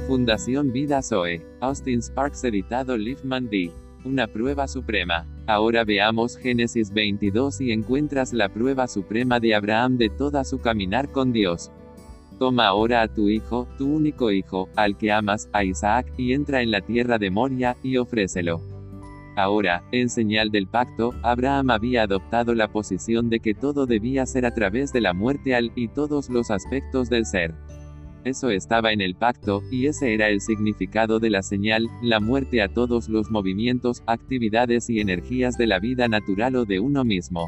Fundación Vida Zoe. Austin Sparks editado Liefman D. Una prueba suprema. Ahora veamos Génesis 22 y encuentras la prueba suprema de Abraham de toda su caminar con Dios. Toma ahora a tu hijo, tu único hijo, al que amas, a Isaac, y entra en la tierra de Moria, y ofrécelo. Ahora, en señal del pacto, Abraham había adoptado la posición de que todo debía ser a través de la muerte y todos los aspectos del ser. Eso estaba en el pacto, y ese era el significado de la señal, la muerte a todos los movimientos, actividades y energías de la vida natural o de uno mismo.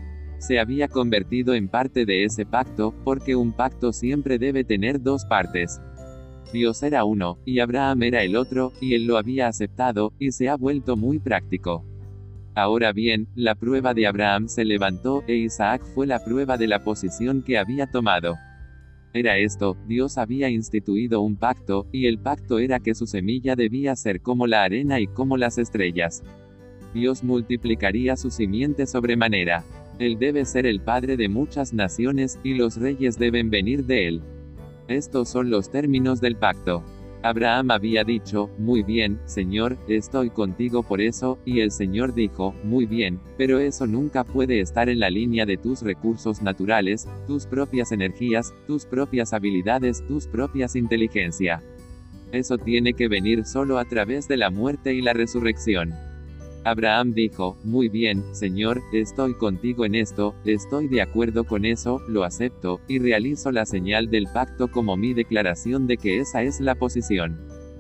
Se había convertido en parte de ese pacto, porque un pacto siempre debe tener dos partes. Dios era uno, y Abraham era el otro, y él lo había aceptado, y se ha vuelto muy práctico. Ahora bien, la prueba de Abraham se levantó, e Isaac fue la prueba de la posición que había tomado. Era esto, Dios había instituido un pacto, y el pacto era que su semilla debía ser como la arena y como las estrellas. Dios multiplicaría su simiente sobremanera. Él debe ser el padre de muchas naciones, y los reyes deben venir de él. Estos son los términos del pacto. Abraham había dicho, muy bien, Señor, estoy contigo por eso, y el Señor dijo, muy bien, pero eso nunca puede estar en la línea de tus recursos naturales, tus propias energías, tus propias habilidades, tus propias inteligencia. Eso tiene que venir solo a través de la muerte y la resurrección. Abraham dijo, muy bien, Señor, estoy contigo en esto, estoy de acuerdo con eso, lo acepto, y realizo la señal del pacto como mi declaración de que esa es la posición.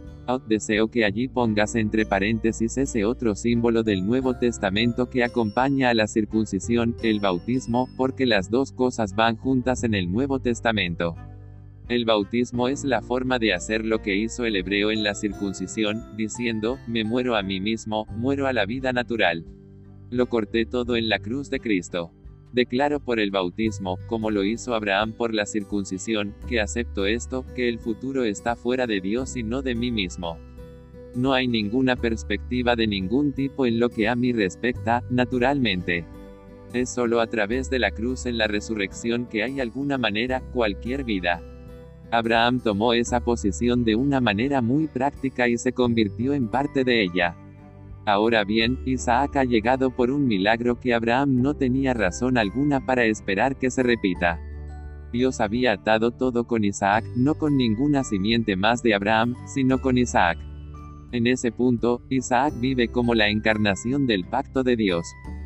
Deseo que allí pongas entre paréntesis ese otro símbolo del Nuevo Testamento que acompaña a la circuncisión, el bautismo, porque las dos cosas van juntas en el Nuevo Testamento. El bautismo es la forma de hacer lo que hizo el hebreo en la circuncisión, diciendo, me muero a mí mismo, muero a la vida natural. Lo corté todo en la cruz de Cristo. Declaro por el bautismo, como lo hizo Abraham por la circuncisión, que acepto esto, que el futuro está fuera de Dios y no de mí mismo. No hay ninguna perspectiva de ningún tipo en lo que a mí respecta, naturalmente. Es solo a través de la cruz en la resurrección que hay alguna manera, cualquier vida. Abraham tomó esa posición de una manera muy práctica y se convirtió en parte de ella. Ahora bien, Isaac ha llegado por un milagro que Abraham no tenía razón alguna para esperar que se repita. Dios había atado todo con Isaac, no con ninguna simiente más de Abraham, sino con Isaac. En ese punto, Isaac vive como la encarnación del pacto de Dios.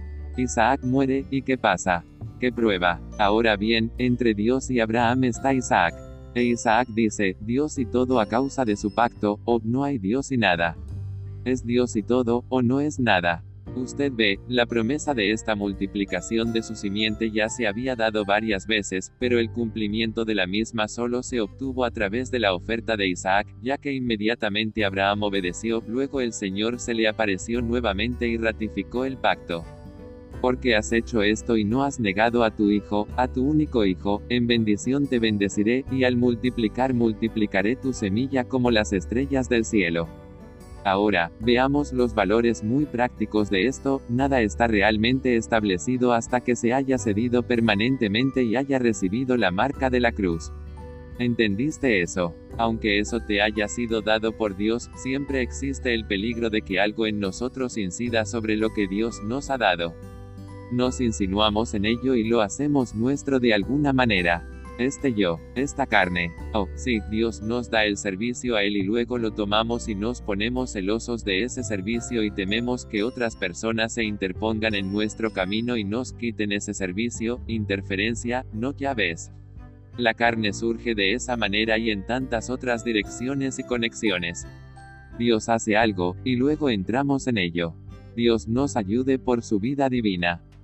Isaac muere, ¿y qué pasa? ¿Qué prueba? Ahora bien, entre Dios y Abraham está Isaac. E Isaac dice, Dios y todo a causa de su pacto, o no hay Dios y nada. Es Dios y todo, o no es nada. Usted ve, la promesa de esta multiplicación de su simiente ya se había dado varias veces, pero el cumplimiento de la misma solo se obtuvo a través de la oferta de Isaac, ya que inmediatamente Abraham obedeció, luego el Señor se le apareció nuevamente y ratificó el pacto. Porque has hecho esto y no has negado a tu hijo, a tu único hijo, en bendición te bendeciré, y al multiplicar multiplicaré tu semilla como las estrellas del cielo. Ahora, veamos los valores muy prácticos de esto, nada está realmente establecido hasta que se haya cedido permanentemente y haya recibido la marca de la cruz. ¿Entendiste eso? Aunque eso te haya sido dado por Dios, siempre existe el peligro de que algo en nosotros incida sobre lo que Dios nos ha dado. Nos insinuamos en ello y lo hacemos nuestro de alguna manera. Este yo, esta carne. Oh, sí, Dios nos da el servicio a Él y luego lo tomamos y nos ponemos celosos de ese servicio y tememos que otras personas se interpongan en nuestro camino y nos quiten ese servicio, interferencia, no ya ves. La carne surge de esa manera y en tantas otras direcciones y conexiones. Dios hace algo, y luego entramos en ello. Dios nos ayude por su vida divina.